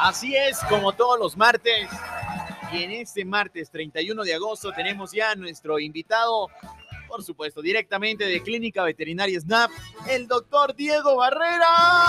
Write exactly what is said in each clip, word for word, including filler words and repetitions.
Así es, como todos los martes. Y en este martes treinta y uno de agosto tenemos ya a nuestro invitado, por supuesto, directamente de Clínica Veterinaria Snap, el doctor Diego Barrera.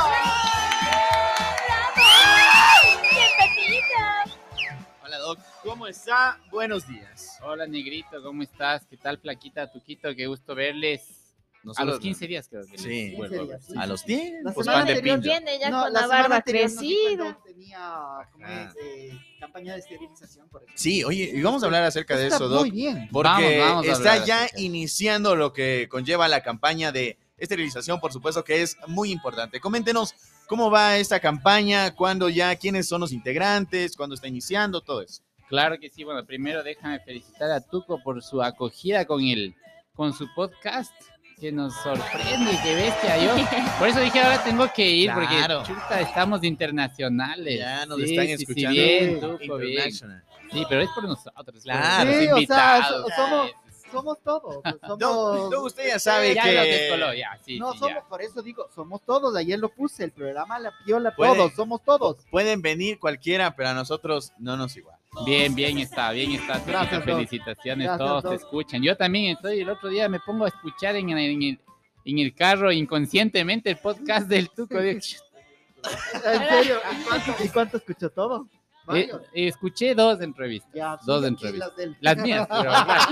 ¡Bienvenida! Hola, doc. ¿Cómo está? Buenos días. Hola, Negrito, ¿cómo estás? ¿Qué tal, Flaquita, Tuquito? Qué gusto verles. Nosotros, a los quince días, creo que Sí, vuelvo a ver. a los diez. La Pues semana pan de anterior pincho. viene ya No, con la la semana barba anterior no fue crecida. cuando tenía como es, eh, campaña de esterilización, por ejemplo. Sí, oye, y vamos a hablar acerca de Está eso, doc. muy bien. Porque Vamos, vamos a está hablar ya acerca de eso. iniciando lo que conlleva la campaña de esterilización, por supuesto que es muy importante. Coméntenos cómo va esta campaña, cuándo ya, quiénes son los integrantes, cuándo está iniciando, todo eso. Claro que sí. Bueno, primero déjame felicitar a Tuco por su acogida con el, con su podcast, que nos sorprende, qué bestia yo. Por eso dije, ahora tengo que ir, Claro. porque chuta, estamos internacionales. Ya nos Sí, están sí, sí, escuchando. bien, Tuco, bien. International. Sí, pero es por nosotros. Claro, por los Sí, o sea, invitados. so- somos- Sí, sí, sí. Somos todos. pues, Somos, Doc, Doc, usted ya sabe Ya que... los descoló, ya, sí, no sí, somos, ya. por eso digo, somos todos. Ayer lo puse, el programa La Piola, Puede- todos, somos todos. Pueden venir cualquiera, pero a nosotros no nos igual. Bien, bien está, bien está. Tuquito, Gracias, Doc. felicitaciones, Gracias, todos te Doc. escuchan. Yo también estoy, el otro día me pongo a escuchar en, el- en el, en el carro inconscientemente el podcast del Tuco. Digo, En serio, ¿y cuánto, y cuánto escuchó todo? eh, Varios. eh, escuché dos entrevistas, Ya, dos sí, aquí entrevistas. las del- Las mías, pero claro.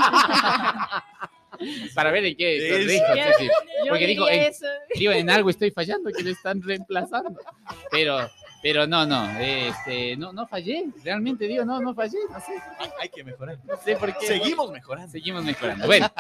Para ver en qué Es- corrijo, sí, sí. Yo Porque digo, diría en, eso. digo, en algo estoy fallando, que le están reemplazando. Pero, pero no, no, este, no, no fallé. Realmente digo, no, no fallé, no sé. Hay, hay que mejorar. No sé por qué. Seguimos mejorando. Seguimos mejorando. Bueno,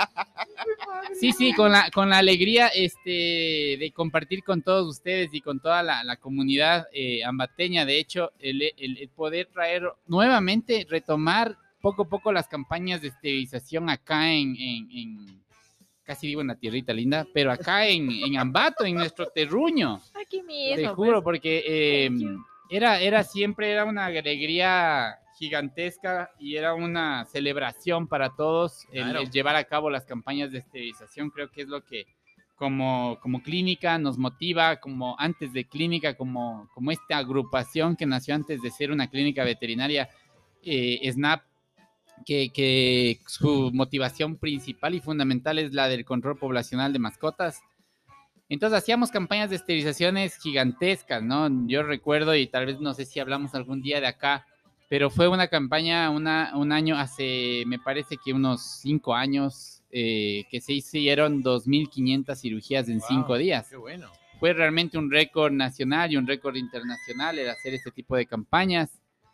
sí, sí, con la, con la alegría este, de compartir con todos ustedes y con toda la, la comunidad eh, ambateña. De hecho, el, el- el poder traer nuevamente, retomar poco a poco las campañas de esterilización acá en, en- en- casi digo en la tierrita linda, pero acá en, en Ambato, en nuestro terruño. Aquí mismo. Te pues. juro, porque eh, Thank you. era, era siempre era una alegría gigantesca y era una celebración para todos el, Claro. el llevar a cabo las campañas de esterilización. Creo que es lo que como, como clínica nos motiva, como antes de clínica, como, como esta agrupación que nació antes de ser una clínica veterinaria, eh, SNAP, que, que su motivación principal y fundamental es la del control poblacional de mascotas. Entonces hacíamos campañas de esterilizaciones gigantescas, ¿no? Yo recuerdo, y tal vez no sé si hablamos algún día de acá, pero fue una campaña, una, un año, hace, me parece que unos cinco años, eh, que se hicieron dos mil quinientas cirugías en Wow, cinco días. Qué bueno. Fue realmente un récord nacional y un récord internacional el hacer este tipo de campañas.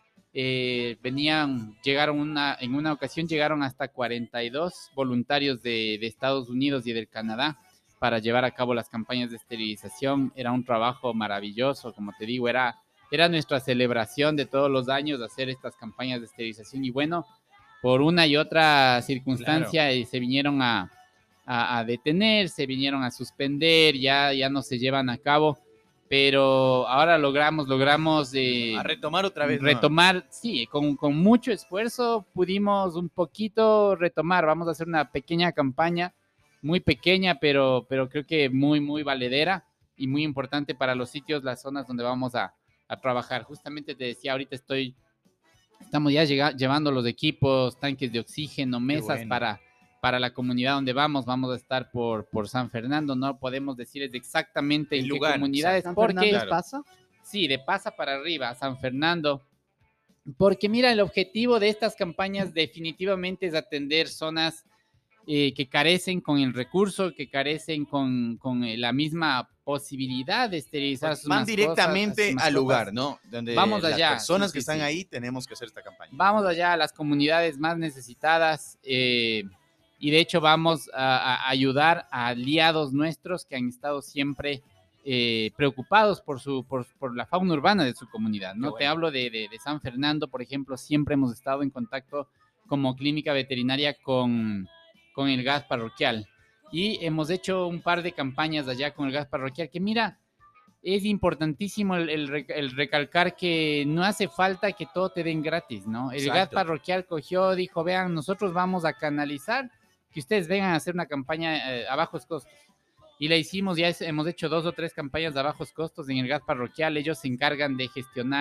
Eh, venían, llegaron una, en una ocasión llegaron hasta cuarenta y dos voluntarios de, de Estados Unidos y del Canadá para llevar a cabo las campañas de esterilización. Era un trabajo maravilloso, como te digo, era, era nuestra celebración de todos los años hacer estas campañas de esterilización. Y bueno, por una y otra circunstancia eh, se vinieron a, a, a detener, se vinieron a suspender, ya, ya no se llevan a cabo. Pero ahora logramos, logramos eh, A retomar otra vez. ¿no? retomar, sí, con, con mucho esfuerzo pudimos un poquito retomar. Vamos a hacer una pequeña campaña, muy pequeña, pero, pero creo que muy, muy valedera y muy importante para los sitios, las zonas donde vamos a, a trabajar. Justamente te decía, ahorita estoy, estamos ya llega, llevando los equipos, tanques de oxígeno, mesas bueno. para, para la comunidad donde vamos. Vamos a estar por, por San Fernando, no podemos decirles exactamente El en lugar, qué comunidades, San porque... Fernando Claro. pasa. Sí, de Pasa para arriba, San Fernando. Porque mira, el objetivo de estas campañas definitivamente es atender zonas eh, que carecen con el recurso, que carecen con, con eh, la misma posibilidad de esterilizar Pues sus van mascotas, directamente sus al mascotas. lugar, ¿no? Donde Vamos las allá, personas sí, que sí, están sí. ahí tenemos que hacer esta campaña. Vamos allá a las comunidades más necesitadas eh, y de hecho vamos a, a ayudar a aliados nuestros que han estado siempre eh, preocupados por, su, por, por la fauna urbana de su comunidad, ¿no? Qué bueno. Te hablo de, de, de San Fernando, por ejemplo, siempre hemos estado en contacto como clínica veterinaria con, con el gas parroquial y hemos hecho un par de campañas allá con el gas parroquial que mira, es importantísimo el, el, rec- el recalcar que no hace falta que todo te den gratis, ¿no? El gas Exacto. parroquial cogió, dijo, vean, nosotros vamos a canalizar que ustedes vengan a hacer una campaña eh, a bajos costos. Y la hicimos, ya es- hemos hecho dos o tres campañas de bajos costos en el gas parroquial. Ellos se encargan de gestionar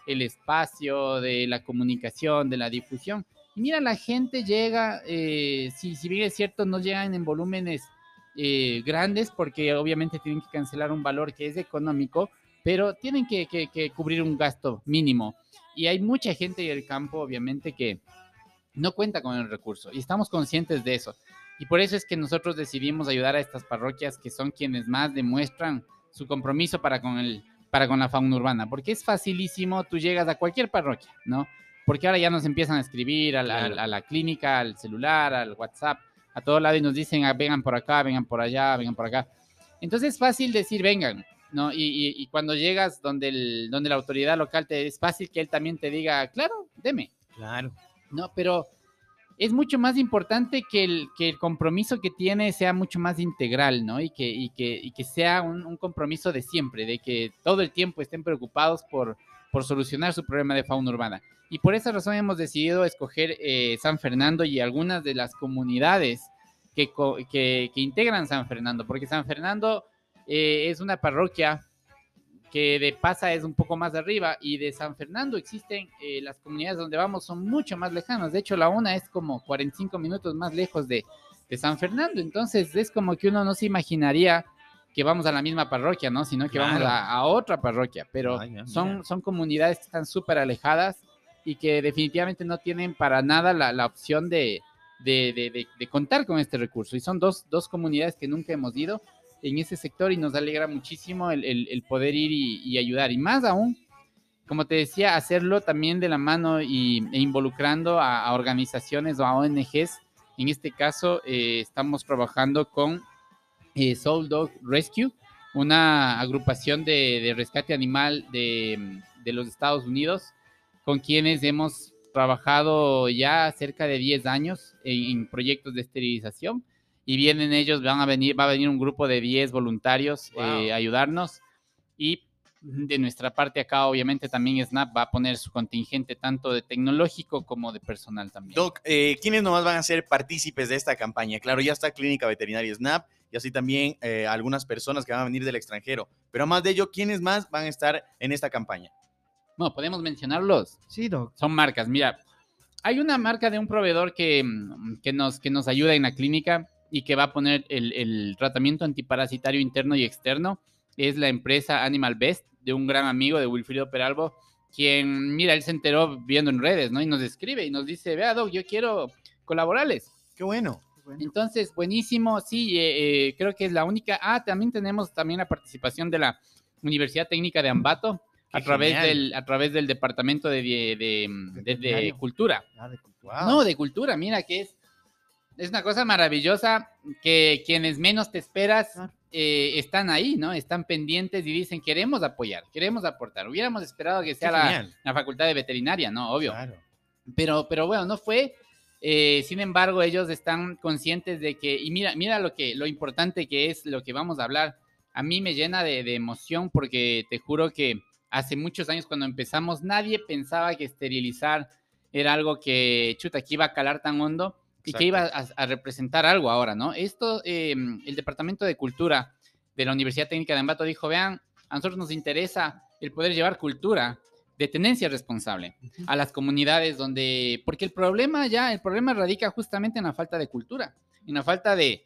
el espacio, de la comunicación, de la difusión. Y mira, la gente llega, eh, si, si bien es cierto, no llegan en volúmenes eh, grandes, porque obviamente tienen que cancelar un valor que es económico, pero tienen que, que, que cubrir un gasto mínimo. Y hay mucha gente del campo, obviamente, que no cuenta con el recurso, y estamos conscientes de eso. Y por eso es que nosotros decidimos ayudar a estas parroquias, que son quienes más demuestran su compromiso para con, el, para con la fauna urbana, porque es facilísimo, tú llegas a cualquier parroquia, ¿no? Porque ahora ya nos empiezan a escribir a la, claro. a, a la clínica, al celular, al WhatsApp, a todo lado, y nos dicen, ah, vengan por acá, vengan por allá, vengan por acá. Entonces es fácil decir, vengan, ¿no? Y, y, y cuando llegas donde, el, donde la autoridad local, te, es fácil que él también te diga, claro, deme. Claro. No, pero es mucho más importante que el, que el compromiso que tiene sea mucho más integral, ¿no? Y que, y que, y que sea un, un compromiso de siempre, de que todo el tiempo estén preocupados por, por solucionar su problema de fauna urbana. Y por esa razón hemos decidido escoger eh, San Fernando y algunas de las comunidades que, que, que integran San Fernando, porque San Fernando eh, es una parroquia que de Pasa es un poco más arriba, y de San Fernando existen eh, las comunidades donde vamos son mucho más lejanas. De hecho, la una es como cuarenta y cinco minutos más lejos de, de San Fernando. Entonces es como que uno no se imaginaría que vamos a la misma parroquia, ¿no? Sino que claro. vamos a, a otra parroquia, pero Ay, ya, son, son comunidades que están súper alejadas y que definitivamente no tienen para nada la, la opción de, de, de, de, de contar con este recurso. Y son dos, dos comunidades que nunca hemos ido en ese sector, y nos alegra muchísimo el, el, el poder ir y, y ayudar. Y más aún, como te decía, hacerlo también de la mano y, e involucrando a, a organizaciones o a O N Ges. En este caso, eh, estamos trabajando con eh, Soul Dog Rescue, una agrupación de, de rescate animal de, de los Estados Unidos, con quienes hemos trabajado ya cerca de diez años en, en proyectos de esterilización. Y vienen ellos, van a venir, va a venir un grupo de diez voluntarios wow. eh, a ayudarnos. Y de nuestra parte acá, obviamente, también Snap va a poner su contingente tanto de tecnológico como de personal también. Doc, eh, ¿quiénes nomás van a ser partícipes de esta campaña? Claro, ya está Clínica Veterinaria Snap, y así también eh, algunas personas que van a venir del extranjero. Pero además de ello, ¿quiénes más van a estar en esta campaña? Bueno, ¿podemos mencionarlos? Sí, Doc. Son marcas. Mira, hay una marca de un proveedor que, que, nos, que nos ayuda en la clínica y que va a poner el, el tratamiento antiparasitario interno y externo. Es la empresa Animal Best, de un gran amigo de Wilfrido Peralbo, quien, mira, él se enteró viendo en redes, ¿no? Y nos escribe y nos dice, vea, Doc, yo quiero colaborarles. ¡Qué bueno! Entonces, buenísimo, sí, eh, eh, creo que es la única. Ah, también tenemos también la participación de la Universidad Técnica de Ambato, a través, del, a través del Departamento de, de, de, de, de Cultura. Ah, de cultura. Wow. No, de Cultura, mira que es, es una cosa maravillosa, que quienes menos te esperas eh, están ahí, ¿no? Están pendientes y dicen, queremos apoyar, queremos aportar. Hubiéramos esperado que sea la, la Facultad de Veterinaria, ¿no? Obvio. Claro. Pero, pero bueno, no fue. Eh, sin embargo, ellos están conscientes de que, y mira, mira lo que, lo importante que es lo que vamos a hablar. A mí me llena de, de emoción, porque te juro que hace muchos años, cuando empezamos, nadie pensaba que esterilizar era algo que, chuta, que iba a calar tan hondo y Exacto. que iba a, a representar algo ahora, ¿no? Esto, eh, el Departamento de Cultura de la Universidad Técnica de Ambato dijo, vean, a nosotros nos interesa el poder llevar cultura de tenencia responsable uh-huh. a las comunidades donde, porque el problema ya, el problema radica justamente en la falta de cultura, en la falta de,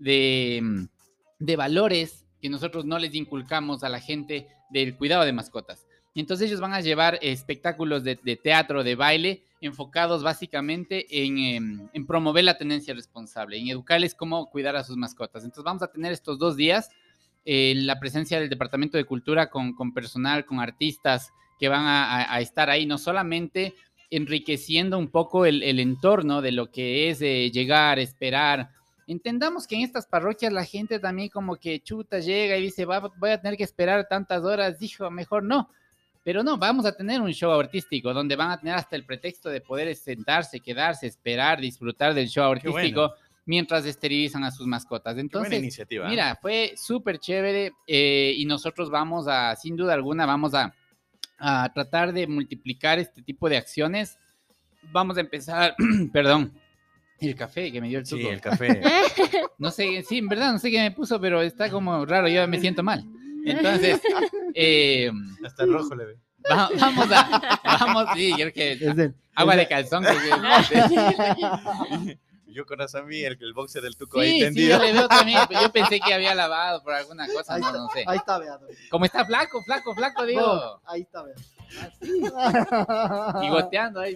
de, de valores que nosotros no les inculcamos a la gente del cuidado de mascotas. Y entonces ellos van a llevar espectáculos de, de teatro, de baile, enfocados básicamente en, en, en promover la tenencia responsable, en educarles cómo cuidar a sus mascotas. Entonces vamos a tener estos dos días eh, la presencia del Departamento de Cultura con, con personal, con artistas que van a, a, a estar ahí, no solamente enriqueciendo un poco el, el entorno de lo que es eh, llegar, esperar. Entendamos que en estas parroquias la gente también como que chuta, llega y dice, Va, voy a tener que esperar tantas horas, dijo, mejor no. Pero no, vamos a tener un show artístico donde van a tener hasta el pretexto de poder sentarse, quedarse, esperar, disfrutar del show artístico bueno. mientras esterilizan a sus mascotas. Entonces, Qué buena iniciativa. Mira, fue súper chévere eh, y nosotros vamos a, sin duda alguna, vamos a, a tratar de multiplicar este tipo de acciones. Vamos a empezar, perdón, el café que me dio el suco. Sí, el café. No sé, sí, en verdad, no sé qué me puso, pero está como raro, yo me siento mal. Entonces, eh, hasta rojo le ve. Va- vamos a, vamos, sí, creo que Es de- agua es de de- calzón. que- Yo conozco a mí, el, el boxer del tuco ahí Sí, sí, tendido. yo le veo también. Yo pensé que había lavado por alguna cosa, Ahí no, está, no sé. ahí está, vea. Como está flaco, flaco, flaco, digo. No, ahí está, vea. Y goteando ahí.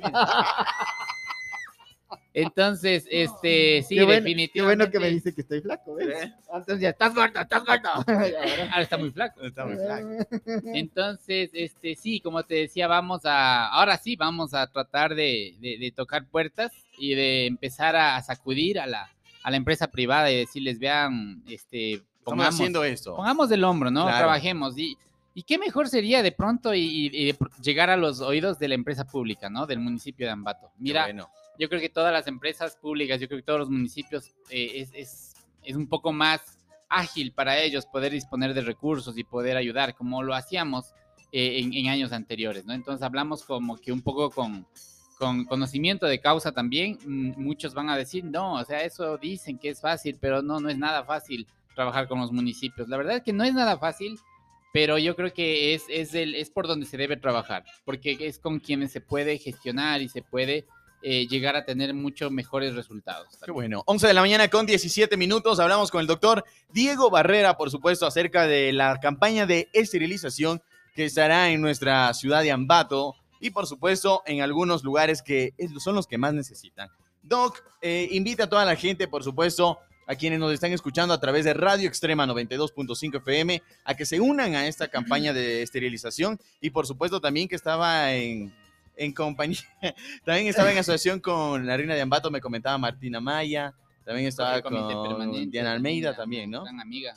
Entonces, este, sí, Qué bueno, definitivamente. qué bueno que me dice que estoy flaco, ¿ves? ¿Eh? Antes ya estás gordo, estás gordo. Ahora está muy flaco. Está muy flaco. Entonces, este, sí, como te decía, vamos a, ahora sí, vamos a tratar de, de, de tocar puertas y de empezar a, a sacudir a la, a la empresa privada y decirles, vean, este, Estamos pongamos, haciendo esto. pongamos del hombro, ¿no? Claro. Trabajemos. Y, y qué mejor sería de pronto y, y- y de pr- llegar a los oídos de la empresa pública, ¿no? Del municipio de Ambato. Qué Mira, bueno. yo creo que todas las empresas públicas, yo creo que todos los municipios eh, es, es, es un poco más ágil para ellos poder disponer de recursos y poder ayudar, como lo hacíamos eh, en, en años anteriores, ¿no? Entonces hablamos como que un poco con, con conocimiento de causa también. Mm, muchos van a decir, no, o sea, eso dicen que es fácil, pero no, no es nada fácil trabajar con los municipios. La verdad es que no es nada fácil, pero yo creo que es, es, el, es por donde se debe trabajar, porque es con quienes se puede gestionar y se puede eh, llegar a tener mucho mejores resultados. Qué bueno. once de la mañana con diecisiete minutos. Hablamos con el doctor Diego Barrera, por supuesto, acerca de la campaña de esterilización que estará en nuestra ciudad de Ambato y, por supuesto, en algunos lugares que es- son los que más necesitan. Doc, eh, invita a toda la gente, por supuesto, a quienes nos están escuchando a través de Radio Extrema noventa y dos punto cinco F M, a que se unan a esta campaña de esterilización y, por supuesto, también que estaba en, en compañía, también estaba en asociación con la Reina de Ambato, me comentaba Martina Maya, también estaba El comité con permanente, Diana Almeida la también, ¿no? Gran amiga.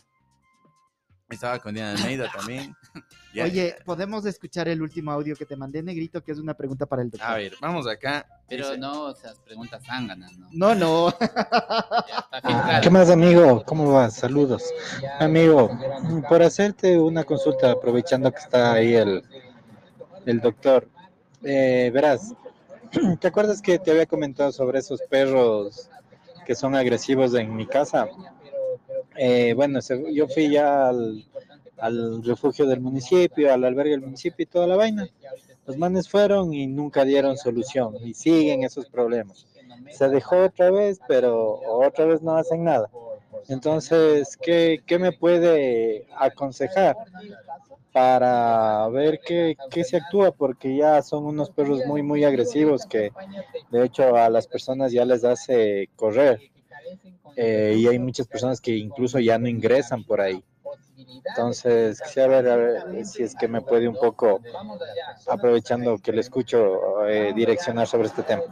Estaba con Diana Almeida también. Ya, Oye, ¿podemos escuchar el último audio que te mandé, Negrito? Que es una pregunta para el doctor. a ver, vamos acá. Pero Dice- no esas preguntas zánganas, ¿no? No, no. Ya está filtrado. ¿Qué más, amigo? ¿Cómo vas? Saludos. Amigo, por hacerte una consulta, aprovechando que está ahí el, el doctor, eh, verás, ¿te acuerdas que te había comentado sobre esos perros que son agresivos en mi casa? Eh, bueno, se- yo fui ya al, al refugio del municipio, al albergue del municipio y toda la vaina. Los manes fueron y nunca dieron solución y siguen esos problemas. Se dejó otra vez, pero otra vez no hacen nada. Entonces, ¿qué, qué me puede aconsejar para ver qué, qué se actúa? Porque ya son unos perros muy, muy agresivos que de hecho a las personas ya les hace correr. Eh, y hay muchas personas que incluso ya no ingresan por ahí. Entonces, quisiera ver, a ver si es que me puede un poco, aprovechando que le escucho, eh, direccionar sobre este tema.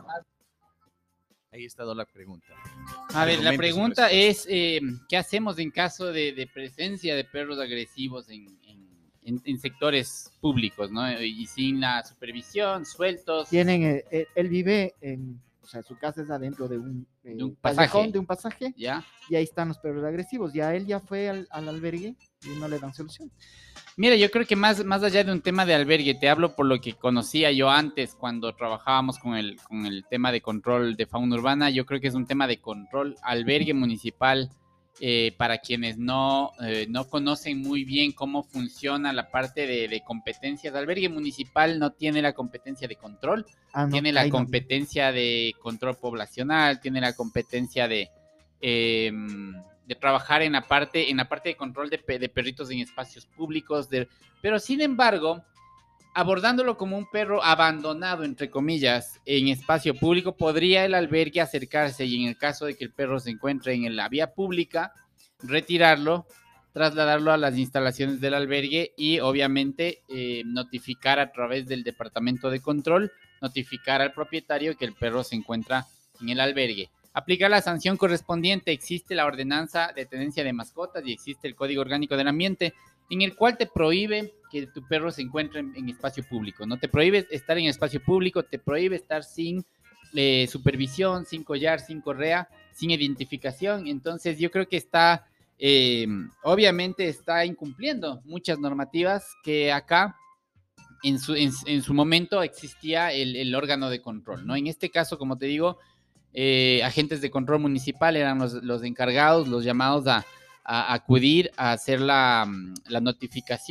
Ahí está la pregunta. A ver, la Argumentos y pregunta respuestas. es, eh, ¿qué hacemos en caso de, de presencia de perros agresivos en, en- en- en sectores públicos, ¿no? Y sin la supervisión, sueltos. Tienen, eh, eh, él vive en, o sea, su casa es adentro de un, eh, De un callejón, pasaje. de un pasaje, ¿Ya? y ahí están los perros agresivos. Ya él ya fue al, al albergue y no le dan solución. Mira, yo creo que más, más allá de un tema de albergue, te hablo por lo que conocía yo antes cuando trabajábamos con el, con el tema de control de fauna urbana. Yo creo que es un tema de control, albergue municipal, eh, para quienes no, eh, no conocen muy bien cómo funciona la parte de, de competencias. Albergue municipal no tiene la competencia de control, Ah, no, tiene la ahí no. competencia de control poblacional, tiene la competencia de, eh, de trabajar en la parte, en la parte de control de, pe- de perritos en espacios públicos, de, pero sin embargo, abordándolo como un perro abandonado, entre comillas, en espacio público, podría el albergue acercarse y en el caso de que el perro se encuentre en la vía pública, retirarlo, trasladarlo a las instalaciones del albergue y obviamente eh, notificar a través del departamento de control, notificar al propietario que el perro se encuentra en el albergue. Aplicar la sanción correspondiente. Existe la ordenanza de tenencia de mascotas y existe el Código Orgánico del Ambiente, en el cual te prohíbe que tu perro se encuentre en, en espacio público, ¿no? Te prohíbe estar en espacio público, te prohíbe estar sin eh, supervisión, sin collar, sin correa, sin identificación. Entonces yo creo que está, eh, obviamente está incumpliendo muchas normativas que acá en su, en, en su momento existía el, el órgano de control, ¿no? En este caso, como te digo, eh, agentes de control municipal eran los, los encargados, los llamados a, a acudir a hacer la, la notificación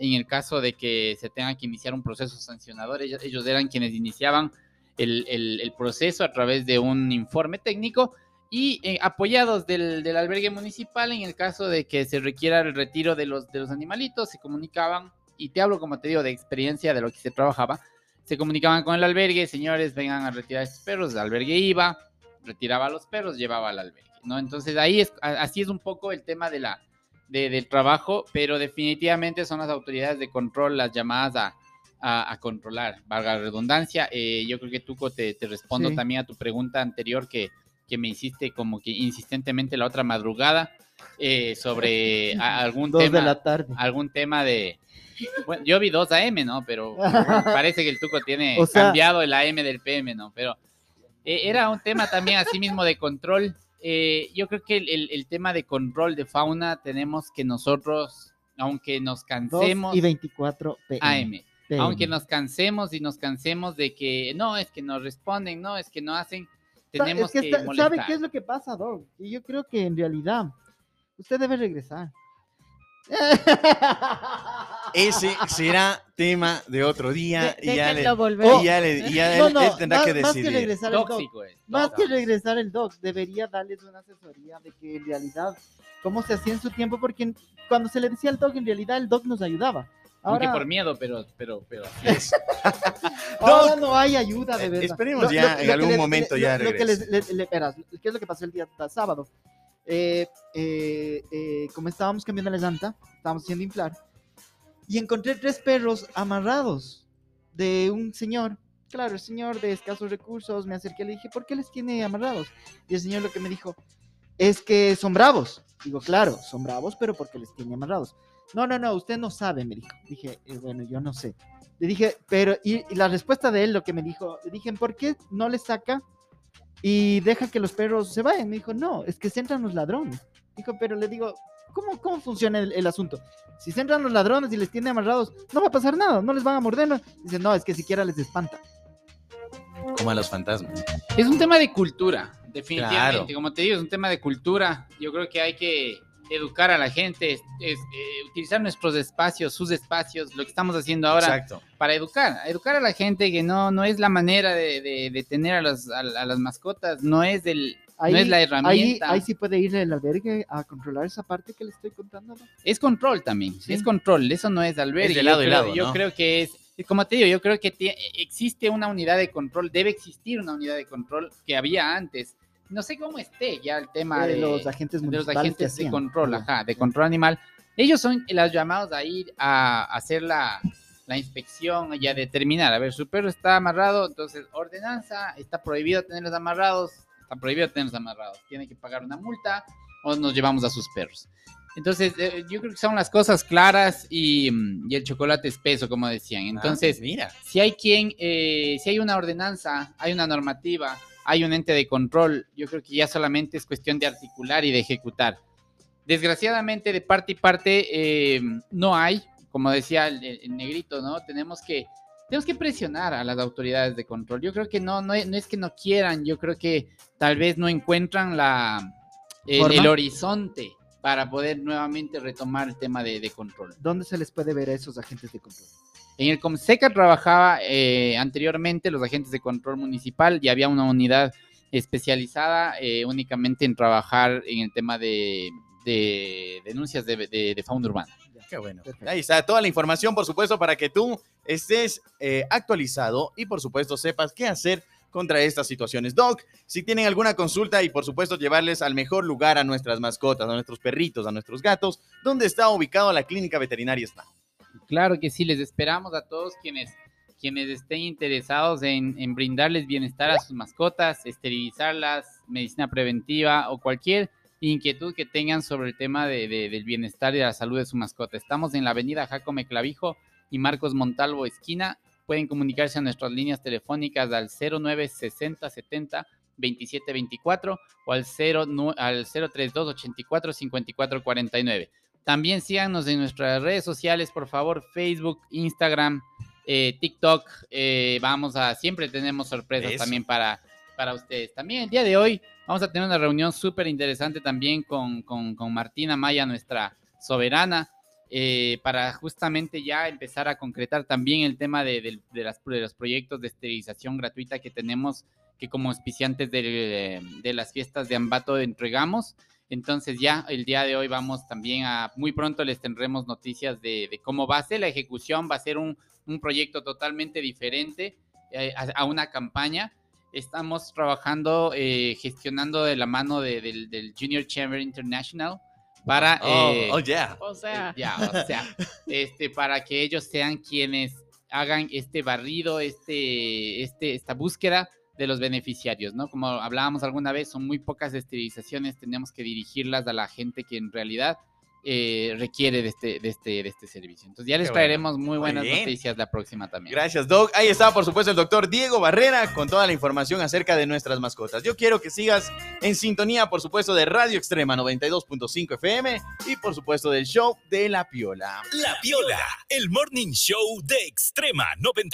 en el caso de que se tenga que iniciar un proceso sancionador. Ellos, ellos eran quienes iniciaban el, el, el proceso a través de un informe técnico y eh, apoyados del, del albergue municipal, en el caso de que se requiera el retiro de los, de los animalitos, se comunicaban, y te hablo, como te digo, de experiencia de lo que se trabajaba, se comunicaban con el albergue: señores, vengan a retirar estos perros. El albergue iba, retiraba a los perros, llevaba al albergue, ¿no? Entonces ahí es, así es un poco el tema de la, de, del trabajo, pero definitivamente son las autoridades de control las llamadas a, a, a controlar, valga la redundancia. Eh, yo creo que Tuco, te, te respondo sí. también a tu pregunta anterior que, que me hiciste como que insistentemente la otra madrugada, eh, sobre a, algún Dos tema, de la tarde. algún tema de... Bueno, yo vi dos A M, ¿no? Pero bueno, parece que el Tuco tiene o sea, cambiado el A M del P M, ¿no? Pero eh, era un tema también así mismo de control. Eh, yo creo que el, el, el tema de control de fauna tenemos que nosotros, aunque nos cansemos... dos y veinticuatro P M. A M. P M. Aunque nos cansemos y nos cansemos de que no, es que no responden, no, es que no hacen, tenemos es que, que está, molestar. ¿Sabe qué es lo que pasa, Doc? Y yo creo que en realidad usted debe regresar. Ese será tema de otro día De, y, ya le, volver. y ya le y ya no, él, no, él tendrá más, que más que decidir. regresar el Doc, Tóxico es. más tóxico. que regresar el Doc, debería darles una asesoría de que en realidad cómo se hacía en su tiempo, porque cuando se le decía al Doc, en realidad el Doc nos ayudaba. Aunque Ahora, por miedo, pero, pero, pero así es. ahora no hay ayuda, de Eh, verdad. esperemos ya en que algún le- momento le- ya lo, lo que regrese. les, le- le- verás, ¿qué es lo que pasó el día sábado? Eh, eh, eh, como estábamos cambiando la llanta, estábamos haciendo inflar, y encontré tres perros amarrados de un señor. Claro, el señor de escasos recursos. Me acerqué y le dije, ¿por qué les tiene amarrados? Y el señor lo que me dijo es que son bravos. Digo, claro, son bravos, pero ¿por qué les tiene amarrados? No, no, no, usted no sabe, me dijo. Dije, eh, bueno, yo no sé. Le dije, pero, y, y la respuesta de él, lo que me dijo, le dije, ¿por qué no les saca y deja que los perros se vayan? Me dijo, no, es que se entran los ladrones. Dijo, pero le digo, ¿cómo, cómo funciona el, el asunto? Si se entran los ladrones y les tiene amarrados, no va a pasar nada, no les van a morder. No. Dice, no, es que siquiera les espanta. Como a los fantasmas. Es un tema de cultura, definitivamente. Claro. Como te digo, es un tema de cultura. Yo creo que hay que educar a la gente, es, es, eh, utilizar nuestros espacios, sus espacios, lo que estamos haciendo ahora. Exacto. Para educar, educar a la gente que no, no es la manera de, de, de tener a, los, a, a las mascotas, no es, el, Ahí, no es la ahí, herramienta. ahí sí puede ir el albergue a controlar esa parte que le estoy contando, ¿no? Es control también, Sí. es control, eso no es albergue. Es de lado yo y creo, lado, yo ¿no? creo que es, como te digo, yo creo que tie- existe una unidad de control, debe existir una unidad de control que había antes. No sé cómo esté ya el tema De de, los agentes de los municipales agentes que de hacían. control, ajá, de control animal. Ellos son los llamados a ir a hacer la, la inspección y a determinar, a ver, su perro está amarrado, entonces ordenanza, está prohibido tenerlos amarrados, está prohibido tenerlos amarrados, tiene que pagar una multa o nos llevamos a sus perros. Entonces, eh, yo creo que son las cosas claras y, y el chocolate espeso, como decían. Entonces, Ah, mira. si hay quien, eh, si hay una ordenanza, hay una normativa, hay un ente de control, yo creo que ya solamente es cuestión de articular y de ejecutar. Desgraciadamente, de parte y parte, eh, no hay, como decía el, el negrito, ¿no? Tenemos que, tenemos que presionar a las autoridades de control. Yo creo que no, no, es, no es que no quieran, yo creo que tal vez no encuentran la, el, el horizonte para poder nuevamente retomar el tema de, de control. ¿Dónde se les puede ver a esos agentes de control? En el Comseca trabajaba eh, anteriormente los agentes de control municipal y había una unidad especializada eh, únicamente en trabajar en el tema de, de denuncias de, de, de fauna urbana. Qué bueno. Perfecto. Ahí está toda la información, por supuesto, para que tú estés eh, actualizado y, por supuesto, sepas qué hacer contra estas situaciones. Doc, si tienen alguna consulta y, por supuesto, llevarles al mejor lugar a nuestras mascotas, a nuestros perritos, a nuestros gatos, ¿dónde está ubicado la clínica veterinaria Snap? Claro que sí, les esperamos a todos quienes, quienes estén interesados en, en brindarles bienestar a sus mascotas, esterilizarlas, medicina preventiva o cualquier inquietud que tengan sobre el tema de, de, del bienestar y de la salud de su mascota. Estamos en la avenida Jacome Clavijo y Marcos Montalvo esquina. Pueden comunicarse a nuestras líneas telefónicas al cero nueve sesenta setenta veintisiete veinticuatro o al, cero, al cero treinta y dos ochenta y cuatro cincuenta y cuatro cuarenta y nueve. También síganos en nuestras redes sociales, por favor, Facebook, Instagram, eh, TikTok. Eh, vamos a, siempre tenemos sorpresas Eso. también para, para ustedes. También el día de hoy vamos a tener una reunión súper interesante también con, con, con Martina Maya, nuestra soberana. eh, para justamente ya empezar a concretar también el tema de, de, de, las, de los proyectos de esterilización gratuita que tenemos, que como auspiciantes de, de las fiestas de Ambato entregamos. Entonces ya el día de hoy vamos también a, muy pronto les tendremos noticias de, de cómo va a ser la ejecución. Va a ser un, un proyecto totalmente diferente eh, a, a una campaña. Estamos trabajando, eh, gestionando de la mano de, de, del Junior Chamber International para, Oh, eh, oh yeah. O sea, eh, ya, o sea, este, para que ellos sean quienes hagan este barrido, este, este, esta búsqueda de los beneficiarios, ¿no? Como hablábamos alguna vez, son muy pocas esterilizaciones, tenemos que dirigirlas a la gente que en realidad eh, requiere de este, de, este, de este servicio. Entonces ya les Qué traeremos bueno. muy buenas Muy bien. noticias la próxima también. Gracias, Doc. Ahí está, por supuesto, el doctor Diego Barrera con toda la información acerca de nuestras mascotas. Yo quiero que sigas en sintonía, por supuesto, de Radio Extrema noventa y dos punto cinco F M y, por supuesto, del show de La Piola. La Piola, el morning show de Extrema noventa.